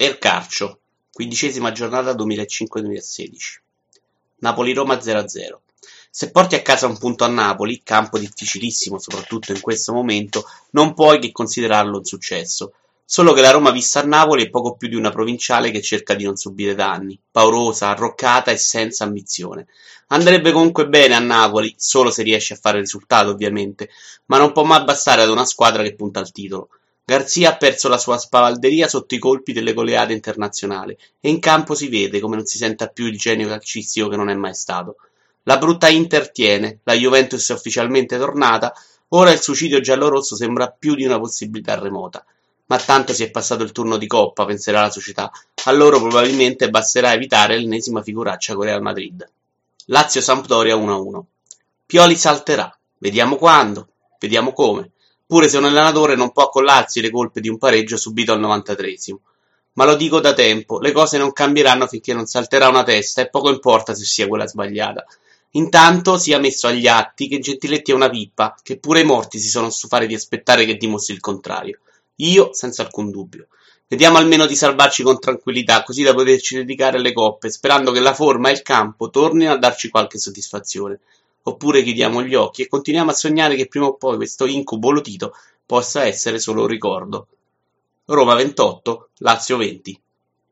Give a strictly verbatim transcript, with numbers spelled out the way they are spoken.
Ercalcio, quindicesima giornata duemilacinque-duemilasedici. Napoli-Roma zero a zero. Se porti a casa un punto a Napoli, campo difficilissimo soprattutto in questo momento, non puoi che considerarlo un successo. Solo che la Roma vista a Napoli è poco più di una provinciale che cerca di non subire danni, paurosa, arroccata e senza ambizione. Andrebbe comunque bene a Napoli, solo se riesce a fare risultato ovviamente, ma non può mai bastare ad una squadra che punta al titolo. Garzia ha perso la sua spavalderia sotto i colpi delle goleade internazionali e in campo si vede come non si senta più il genio calcistico che non è mai stato. La brutta Inter tiene, la Juventus è ufficialmente tornata, ora il suicidio giallorosso sembra più di una possibilità remota. Ma tanto si è passato il turno di Coppa, penserà la società, a loro probabilmente basterà evitare l'ennesima figuraccia con Real Madrid. Lazio-Sampdoria uno a uno. Pioli salterà, vediamo quando, vediamo come. Pure se un allenatore non può accollarsi le colpe di un pareggio subito al novantatreesimo. Ma lo dico da tempo, le cose non cambieranno finché non salterà una testa e poco importa se sia quella sbagliata. Intanto sia messo agli atti che Gentiletti è una pippa, che pure i morti si sono stufati di aspettare che dimostri il contrario. Io senza alcun dubbio. Vediamo almeno di salvarci con tranquillità, così da poterci dedicare alle coppe, sperando che la forma e il campo tornino a darci qualche soddisfazione. Oppure chiudiamo gli occhi e continuiamo a sognare che prima o poi questo incubo lotito possa essere solo un ricordo. Roma ventotto, Lazio venti.